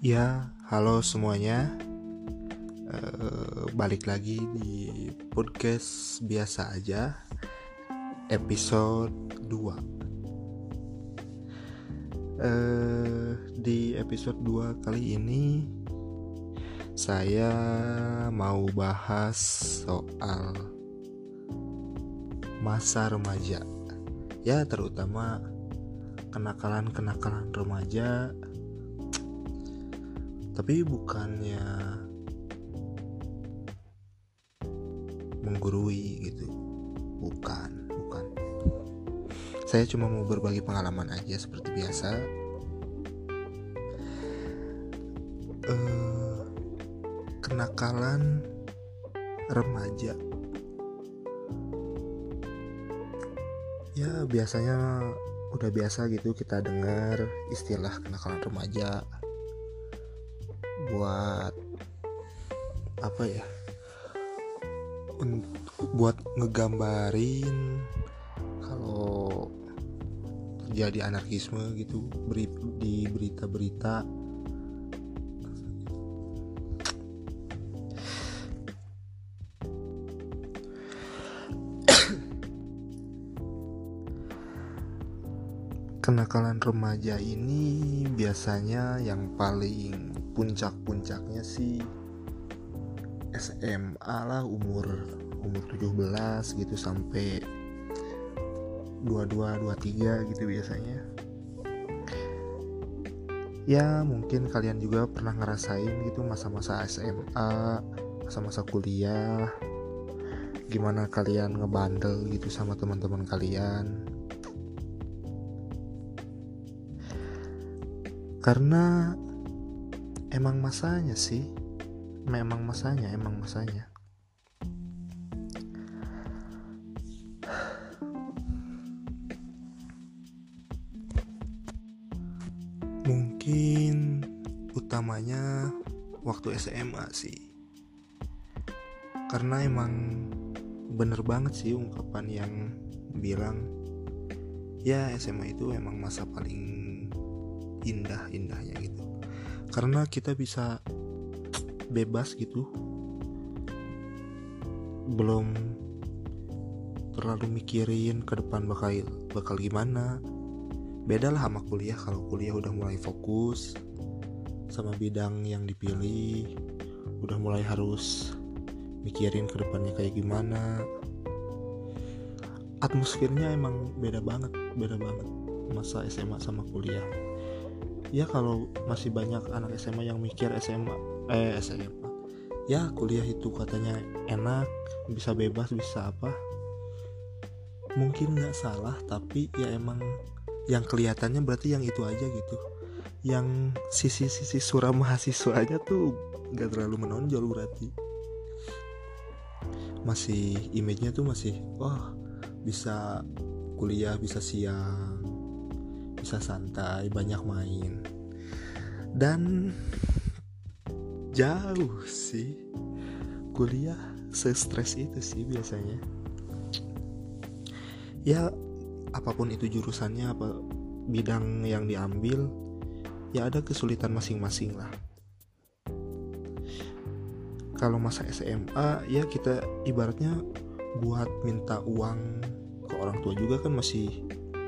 Ya, halo semuanya. Balik lagi di podcast biasa aja, episode 2. Di episode 2 kali ini saya mau bahas soal masa remaja. Ya, terutama kenakalan-kenakalan remaja. Tapi bukannya menggurui gitu. Bukan. Saya cuma mau berbagi pengalaman aja seperti biasa. Kenakalan remaja. Ya, biasanya udah biasa gitu kita dengar istilah kenakalan remaja. Buat apa ya? Buat ngegambarin kalau terjadi anarkisme gitu di berita-berita. Kenakalan remaja ini biasanya yang paling puncak-puncaknya sih SMA lah, umur 17 gitu sampai 22 23 gitu biasanya. Ya, mungkin kalian juga pernah ngerasain gitu masa-masa SMA, masa-masa kuliah. Gimana kalian ngebandel gitu sama teman-teman kalian. Karena emang masanya. Mungkin utamanya waktu SMA sih. Karena emang bener banget sih ungkapan yang bilang ya SMA itu emang masa paling indah-indahnya gitu. Karena kita bisa bebas gitu, belum terlalu mikirin ke depan bakal gimana. Beda lah sama kuliah. Kalau kuliah udah mulai fokus sama bidang yang dipilih, udah mulai harus mikirin ke depannya kayak gimana. Atmosfernya emang beda banget masa SMA sama kuliah. Ya, kalau masih banyak anak SMA yang mikir SMA. Ya, kuliah itu katanya enak, bisa bebas, bisa apa. Mungkin gak salah, tapi ya emang yang kelihatannya berarti yang itu aja gitu. Yang sisi-sisi suram mahasiswanya tuh gak terlalu menonjol berarti. Masih image-nya tuh masih bisa kuliah, bisa siang, bisa santai, banyak main. Dan jauh sih kuliah se-stres itu sih biasanya. Ya, apapun itu jurusannya, apa bidang yang diambil, ya ada kesulitan masing-masing lah. Kalau masa SMA ya kita ibaratnya buat minta uang ke orang tua juga kan masih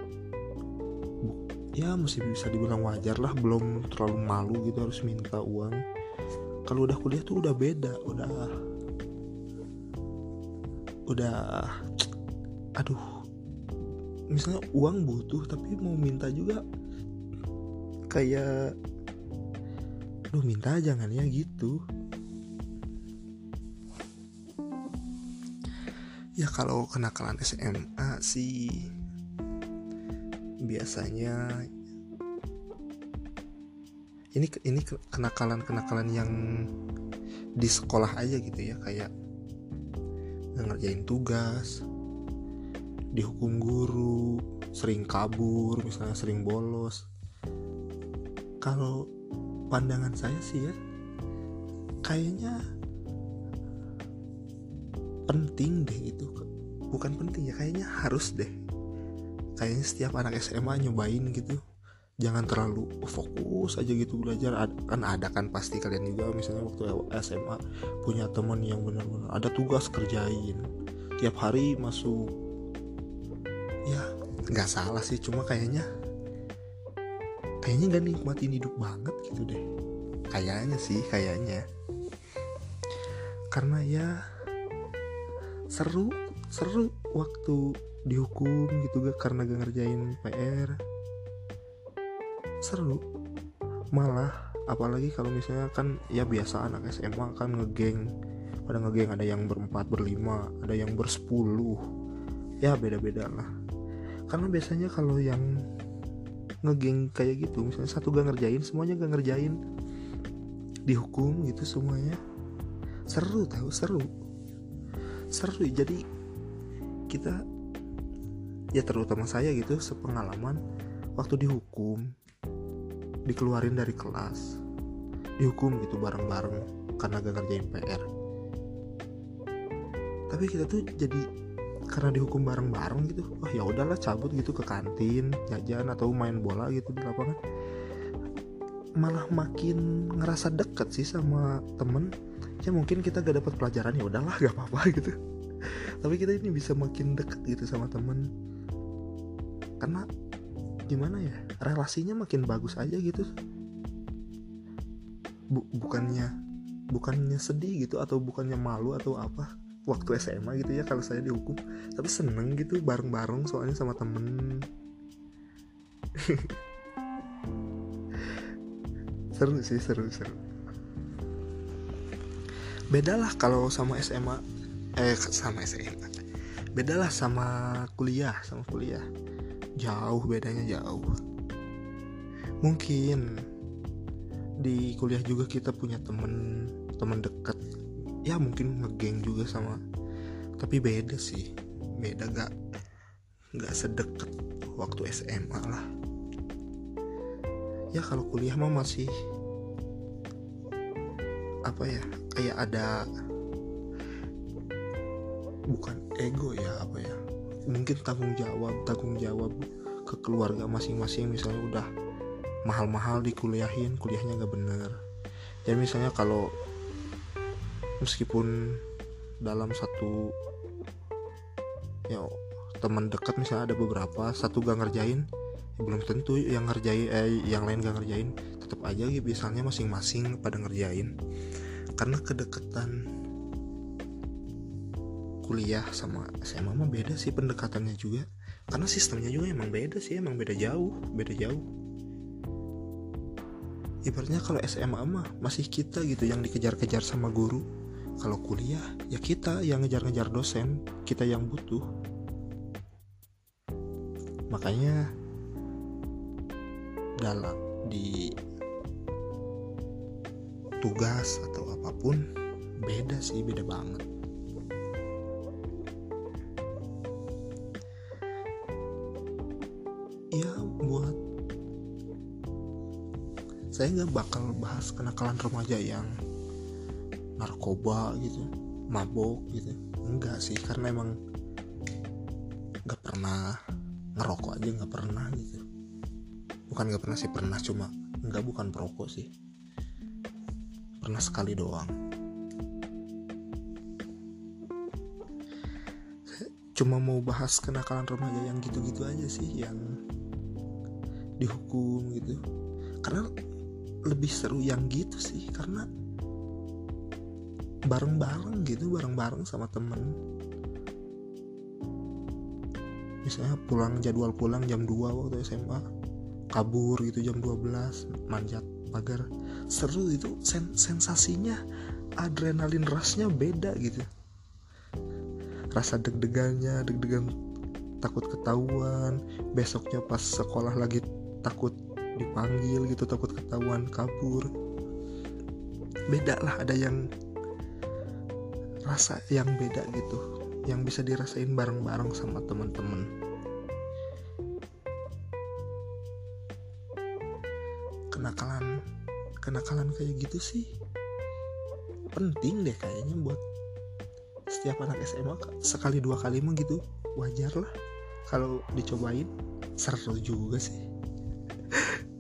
bisa dibilang wajar lah, belum terlalu malu gitu harus minta uang. Kalau udah kuliah tuh udah beda, udah misalnya uang butuh tapi mau minta juga kayak minta jangan ya gitu. Ya, kalau kenakalan SMA sih biasanya ini kenakalan yang di sekolah aja gitu ya, kayak ngerjain tugas, dihukum guru, sering kabur, misalnya sering bolos. Kalau pandangan saya sih ya, kayaknya penting deh itu. Bukan penting ya, kayaknya harus deh. Kayaknya setiap anak SMA nyobain gitu, jangan terlalu fokus aja gitu belajar. Ada kan pasti kalian juga misalnya waktu SMA punya teman yang benar-benar ada tugas kerjain tiap hari masuk. Ya nggak salah sih, cuma kayaknya nggak nikmatin hidup banget gitu deh. Kayaknya karena ya seru waktu dihukum gitu gak, karena gak ngerjain PR. Seru malah, apalagi kalau misalnya kan ya biasa anak SMA kan ngegeng, ada yang berempat berlima, ada yang bersepuluh, ya beda-beda lah. Karena biasanya kalau yang ngegeng kayak gitu, misalnya satu gak ngerjain, semuanya gak ngerjain, dihukum gitu semuanya. Seru. Jadi kita, ya terutama saya gitu, sepengalaman waktu dihukum, dikeluarin dari kelas, dihukum gitu bareng-bareng karena gak ngerjain PR. Tapi kita tuh jadi karena dihukum bareng-bareng gitu, oh ya udahlah cabut gitu ke kantin, jajan atau main bola gitu di lapangan. Malah makin ngerasa deket sih sama temen. Ya mungkin kita gak dapat pelajaran, ya udahlah gak apa-apa gitu. Tapi kita ini bisa makin deket gitu sama temen. Karena gimana ya, relasinya makin bagus aja gitu. Bukannya sedih gitu, atau bukannya malu atau apa waktu SMA gitu ya kalau saya dihukum, tapi seneng gitu bareng-bareng soalnya sama temen. seru. Bedalah kalau sama SMA, bedalah sama kuliah. Bedanya jauh. Mungkin di kuliah juga kita punya temen dekat, ya mungkin ngegeng juga sama, tapi beda gak sedekat waktu SMA lah. Ya kalau kuliah mah masih apa ya, kayak ada, bukan ego ya, apa ya, mungkin tanggung jawab ke keluarga masing-masing. Misalnya udah mahal-mahal dikuliahin, kuliahnya gak bener. Jadi misalnya kalau meskipun dalam satu ya teman dekat misalnya ada beberapa, satu gak ngerjain, ya belum tentu yang lain gak ngerjain, tetap aja gitu misalnya masing-masing pada ngerjain. Karena kedekatan kuliah sama SMA mah beda sih pendekatannya juga, karena sistemnya juga emang beda jauh. Ibaratnya kalau SMA mah masih kita gitu yang dikejar-kejar sama guru. Kalau kuliah ya kita yang ngejar-ngejar dosen, kita yang butuh. Makanya dalam di tugas atau apapun beda banget. Ya buat saya nggak bakal bahas kenakalan remaja yang narkoba gitu, mabok gitu, enggak sih, karena emang nggak pernah ngerokok aja, nggak pernah gitu. Bukan nggak pernah sih, pernah, cuma bukan perokok sih, pernah sekali doang. Saya cuma mau bahas kenakalan remaja yang gitu-gitu aja sih, yang dihukum gitu, karena lebih seru yang gitu sih, karena bareng-bareng sama temen. Misalnya jadwal pulang jam 2 waktu SMA, kabur gitu jam 12, manjat pagar. Seru itu, sensasinya, adrenalin rushnya beda gitu. Rasa deg-degan takut ketahuan, besoknya pas sekolah lagi takut dipanggil gitu, takut ketahuan kabur. Beda lah, ada yang rasa yang beda gitu, yang bisa dirasain bareng-bareng sama teman-teman. Kenakalan kayak gitu sih penting deh kayaknya buat setiap anak SMA. Sekali dua kali mah gitu wajar lah kalau dicobain. Seru juga sih.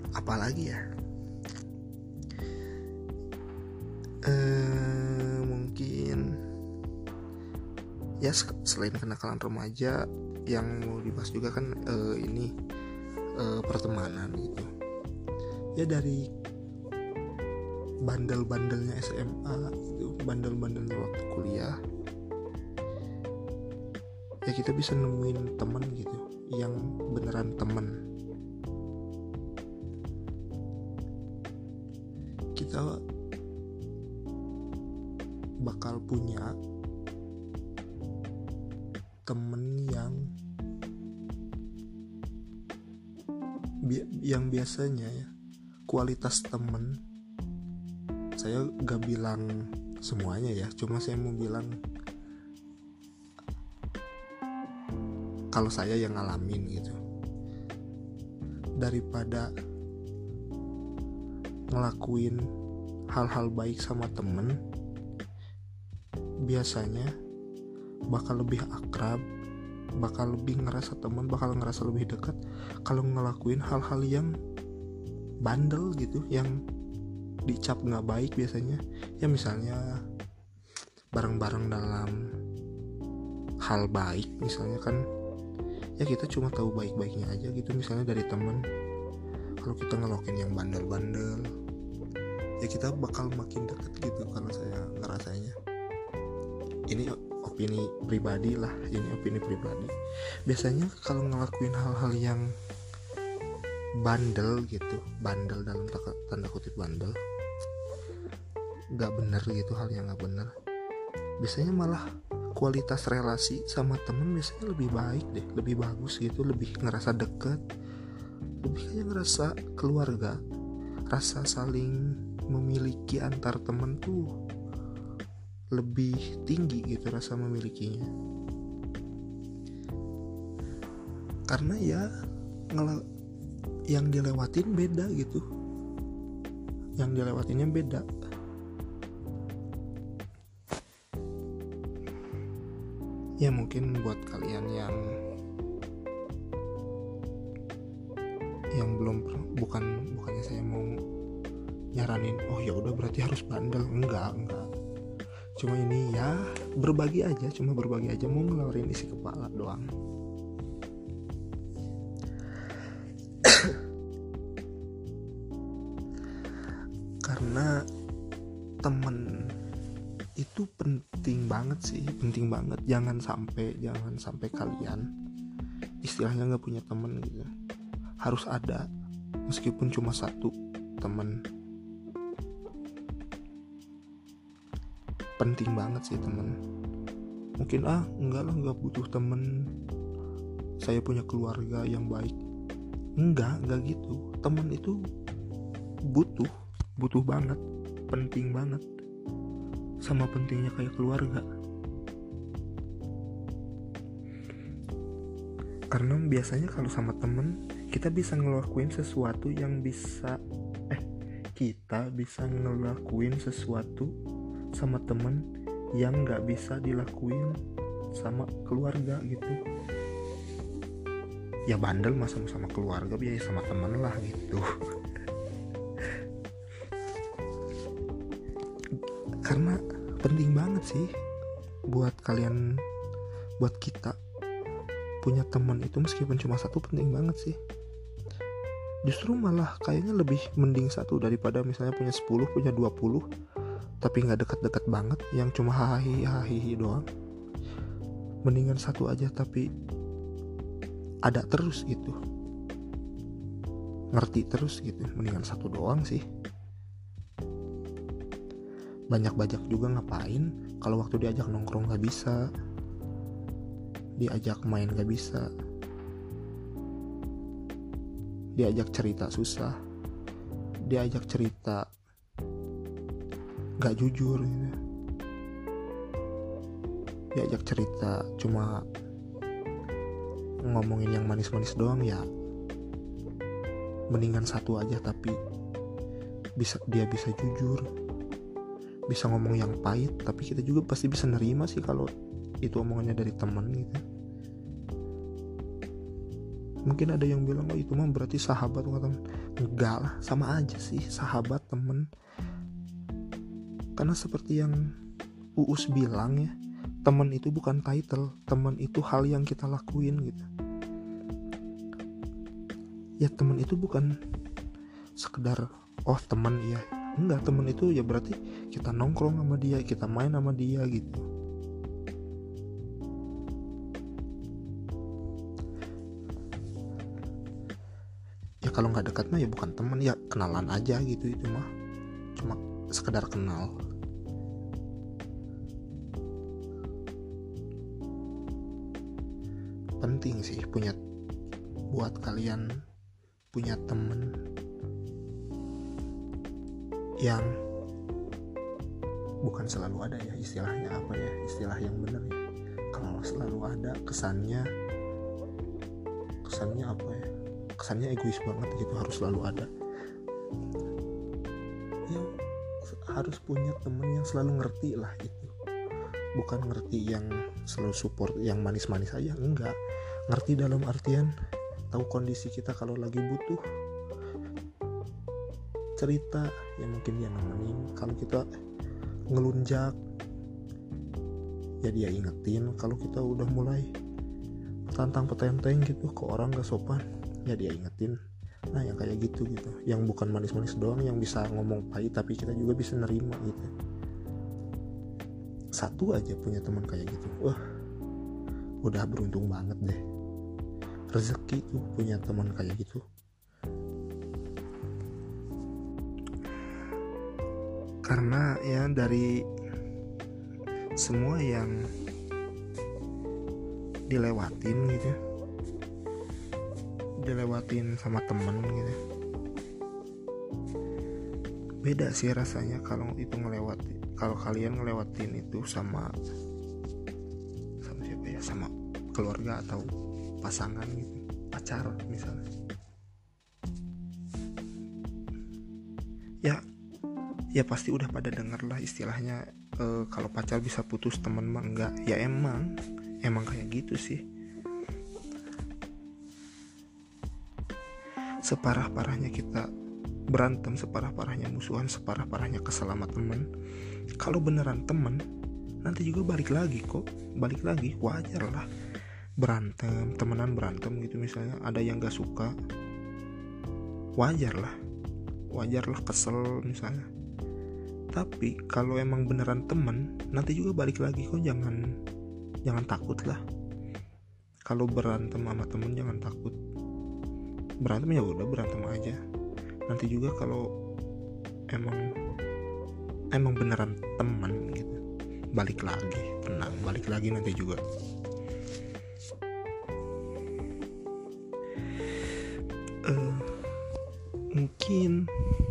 apalagi ya, mungkin ya selain kenakalan remaja yang mau dibahas juga kan ini pertemanan gitu ya. Dari bandel-bandelnya SMA itu, bandel-bandelnya waktu kuliah ya, kita bisa nemuin teman gitu yang beneran teman. Kita bakal punya temen yang biasanya ya, kualitas temen, saya gak bilang semuanya ya, cuma saya mau bilang kalau saya yang ngalamin gitu, daripada ngelakuin hal-hal baik sama temen, biasanya bakal lebih akrab, bakal lebih ngerasa teman, bakal ngerasa lebih dekat kalau ngelakuin hal-hal yang bandel gitu, yang dicap nggak baik biasanya ya. Misalnya bareng-bareng dalam hal baik, misalnya kan ya kita cuma tahu baik-baiknya aja gitu, misalnya dari teman. Kalau kita ngelakuin yang bandel-bandel ya kita bakal makin deket gitu kalau saya ngerasanya. Ini opini pribadi lah, ini opini pribadi. Biasanya kalau ngelakuin hal-hal yang bandel gitu, bandel dalam tanda kutip bandel, gak bener gitu, hal yang gak bener, biasanya malah kualitas relasi sama temen biasanya lebih baik deh, lebih bagus gitu, lebih ngerasa deket, lebih kayak ngerasa keluarga. Rasa saling memiliki antar temen tuh lebih tinggi gitu, rasa memilikinya. Karena ya yang dilewatin beda gitu, yang dilewatinnya beda. Ya mungkin buat kalian yang belum, bukannya saya mau nyaranin oh ya udah berarti harus bandel, enggak. Cuma ini ya berbagi aja, mau ngeluarin isi kepala doang. Karena temen itu penting banget sih, penting banget. Jangan sampai kalian istilahnya nggak punya temen gitu. Harus ada, meskipun cuma satu temen. Penting banget sih temen. Mungkin enggak lah, nggak butuh temen, saya punya keluarga yang baik. Enggak gitu. Temen itu butuh banget, penting banget, sama pentingnya kayak keluarga. Karena biasanya kalau sama temen kita bisa ngelakuin sesuatu yang kita bisa ngelakuin sesuatu sama temen yang nggak bisa dilakuin sama keluarga gitu. Ya bandel mah sama keluarga, biasa sama temen lah gitu. Karena penting banget sih buat kalian, buat kita punya teman itu, meskipun cuma satu, penting banget sih. Justru malah kayaknya lebih mending satu daripada misalnya punya 10, punya 20 tapi gak dekat-dekat banget, yang cuma hahihi doang. Mendingan satu aja tapi ada terus gitu, ngerti terus gitu. Mendingan satu doang sih. Banyak bajak juga ngapain kalau waktu diajak nongkrong gak bisa, diajak main gak bisa, diajak cerita susah, diajak cerita gak jujur gitu. Diajak cerita cuma ngomongin yang manis-manis doang, ya mendingan satu aja tapi dia bisa jujur, bisa ngomong yang pahit, tapi kita juga pasti bisa nerima sih kalau itu omongannya dari teman gitu. Mungkin ada yang bilang, oh itu mah berarti sahabat bukan teman. Enggak lah, sama aja sih sahabat temen. Karena seperti yang Uus bilang ya, temen itu bukan title, temen itu hal yang kita lakuin gitu. Ya temen itu bukan sekedar oh teman ya, enggak, temen itu ya berarti kita nongkrong sama dia, kita main sama dia gitu. Ya kalau nggak dekat mah ya bukan teman, ya kenalan aja gitu, itu mah cuma sekedar kenal. Penting sih punya, buat kalian punya temen yang bukan selalu ada ya, istilahnya apa ya, istilah yang benar ya. Kalau selalu ada kesannya apa ya, kesannya egois banget gitu, harus selalu ada. Ya harus punya temen yang selalu ngerti lah itu, bukan ngerti yang selalu support yang manis-manis aja, enggak. Ngerti dalam artian tahu kondisi kita kalau lagi butuh cerita, ya mungkin dia nemenin. Kalau kita ngelunjak, ya dia ingetin. Kalau kita udah mulai petantang-petenteng gitu ke orang gak sopan, ya dia ingetin. Nah yang kayak gitu, yang bukan manis-manis doang, yang bisa ngomong pahit tapi kita juga bisa nerima gitu. Satu aja punya teman kayak gitu, wah udah beruntung banget deh. Rezeki tuh punya teman kayak gitu. Karena ya dari semua yang dilewatin sama temen gitu, beda sih rasanya kalau kalian ngelewatin itu sama siapa ya, sama keluarga atau pasangan gitu, pacar misalnya. Ya pasti udah pada denger lah istilahnya, kalau pacar bisa putus, teman mah enggak. Ya emang kayak gitu sih. Separah-parahnya kita berantem, separah-parahnya musuhan, separah-parahnya kesel sama temen, kalau beneran temen nanti juga balik lagi, wajar lah. Temenan berantem gitu misalnya, ada yang gak suka, wajar lah kesel misalnya. Tapi kalau emang beneran temen, nanti juga balik lagi kok. Jangan takut lah. Kalau berantem sama temen jangan takut. Berantem ya udah berantem aja. Nanti juga kalau emang beneran temen gitu, balik lagi, tenang, balik lagi nanti juga. Mungkin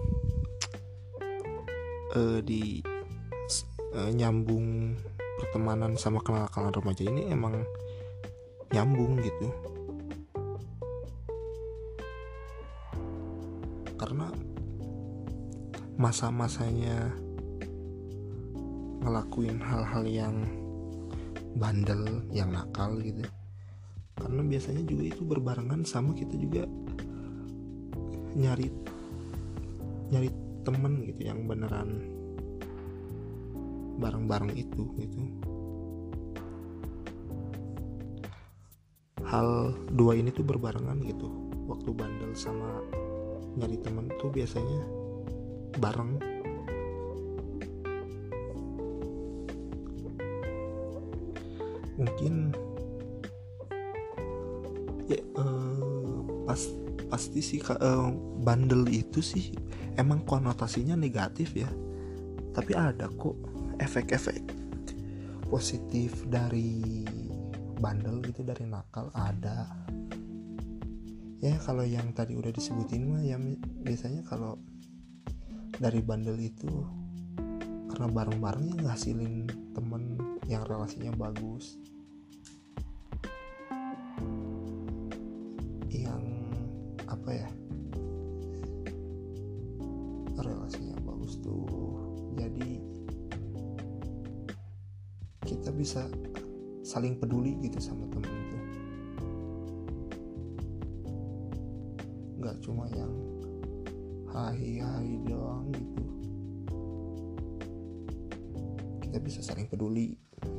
di nyambung pertemanan sama kenal-kenalan remaja ini emang nyambung gitu, karena masa-masanya ngelakuin hal-hal yang bandel, yang nakal gitu. Karena biasanya juga itu berbarengan sama kita juga nyari temen gitu yang beneran bareng-bareng itu gitu. Hal dua ini tuh berbarengan gitu. Waktu bandel sama nyari temen tuh biasanya bareng. Mungkin ya pasti sih bandel itu sih emang konotasinya negatif ya, tapi ada kok efek-efek positif dari bandel gitu, dari nakal ada. Ya kalau yang tadi udah disebutin mah ya biasanya kalau dari bandel itu karena bareng-bareng ya ngasilin temen yang relasinya bagus, yang apa ya, relasinya bagus tuh, jadi kita bisa saling peduli gitu sama temen itu. nggak cuma yang hai doang gitu. Kita bisa saling peduli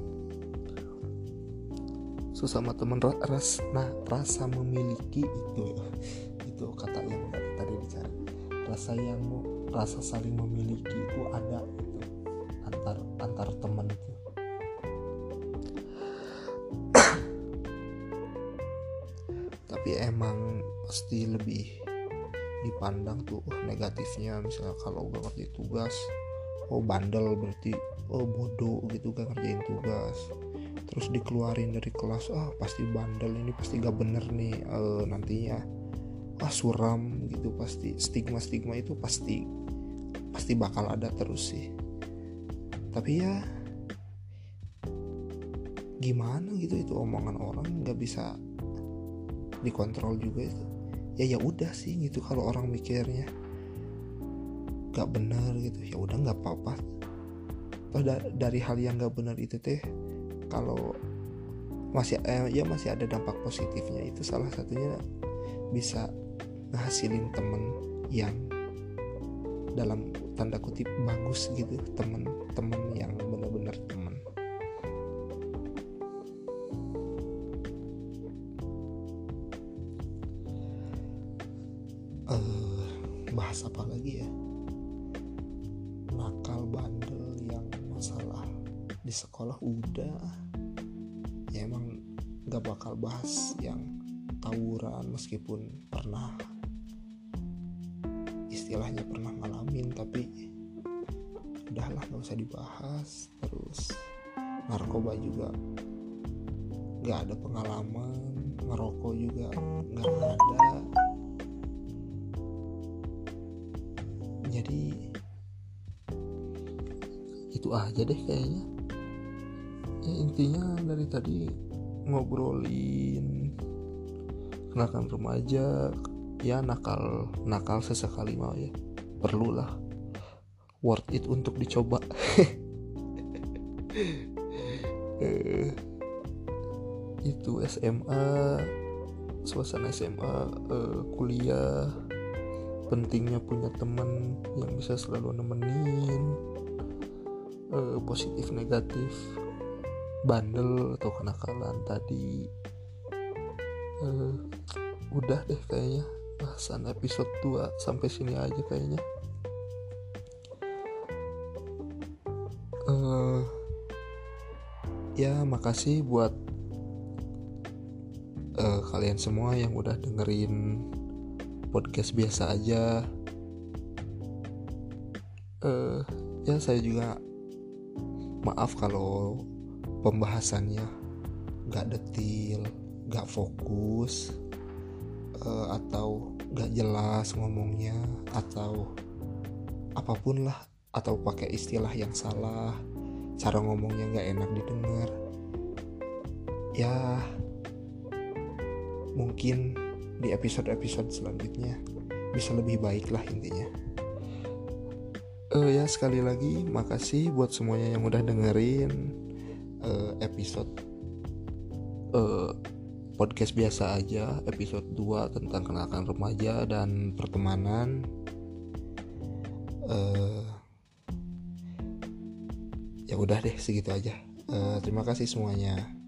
sesama teman. Rasa memiliki itu kata yang tadi dicari. Rasa saling memiliki itu ada itu antar teman itu. Tapi emang pasti lebih dipandang tuh negatifnya. Misalnya kalau gak ngerjain tugas, bandel, berarti bodoh gitu gak ngerjain tugas, terus dikeluarin dari kelas, pasti bandel ini, pasti gak bener nih nantinya, suram gitu. Pasti stigma itu pasti bakal ada terus sih. Tapi ya gimana gitu, itu omongan orang gak bisa dikontrol juga itu. Ya udah sih gitu, kalau orang mikirnya gak benar gitu, ya udah nggak apa-apa. Dari hal yang gak benar itu kalau masih ada dampak positifnya, itu salah satunya bisa ngehasilin temen yang dalam tanda kutip bagus gitu, temen yang benar-benar temen. Bahas apa lagi ya? Nakal, bandel, yang masalah di sekolah udah. Ya emang gak bakal bahas yang tawuran, meskipun istilahnya pernah ngalamin, tapi udahlah gak usah dibahas. Terus narkoba juga gak ada pengalaman, ngerokok juga gak ada. Jadi itu aja deh kayaknya. Ya intinya dari tadi ngobrolin kenakan remaja, ya nakal sesekali mau ya, perlulah, worth it untuk dicoba. Itu SMA, suasana SMA, kuliah, pentingnya punya teman yang bisa selalu nemenin, positif negatif, bandel atau kenakalan tadi. Udah deh kayaknya bahasan episode 2 sampai sini aja kayaknya. Ya makasih buat kalian semua yang udah dengerin podcast biasa aja. Ya saya juga maaf kalau pembahasannya gak detil, gak fokus, atau gak jelas ngomongnya, atau apapun lah, atau pakai istilah yang salah, cara ngomongnya gak enak didengar. Ya mungkin di episode-episode selanjutnya bisa lebih baik lah intinya. Ya sekali lagi makasih buat semuanya yang udah dengerin episode podcast biasa aja, episode 2 tentang kenakan remaja dan pertemanan. Ya udah deh segitu aja. Terima kasih semuanya.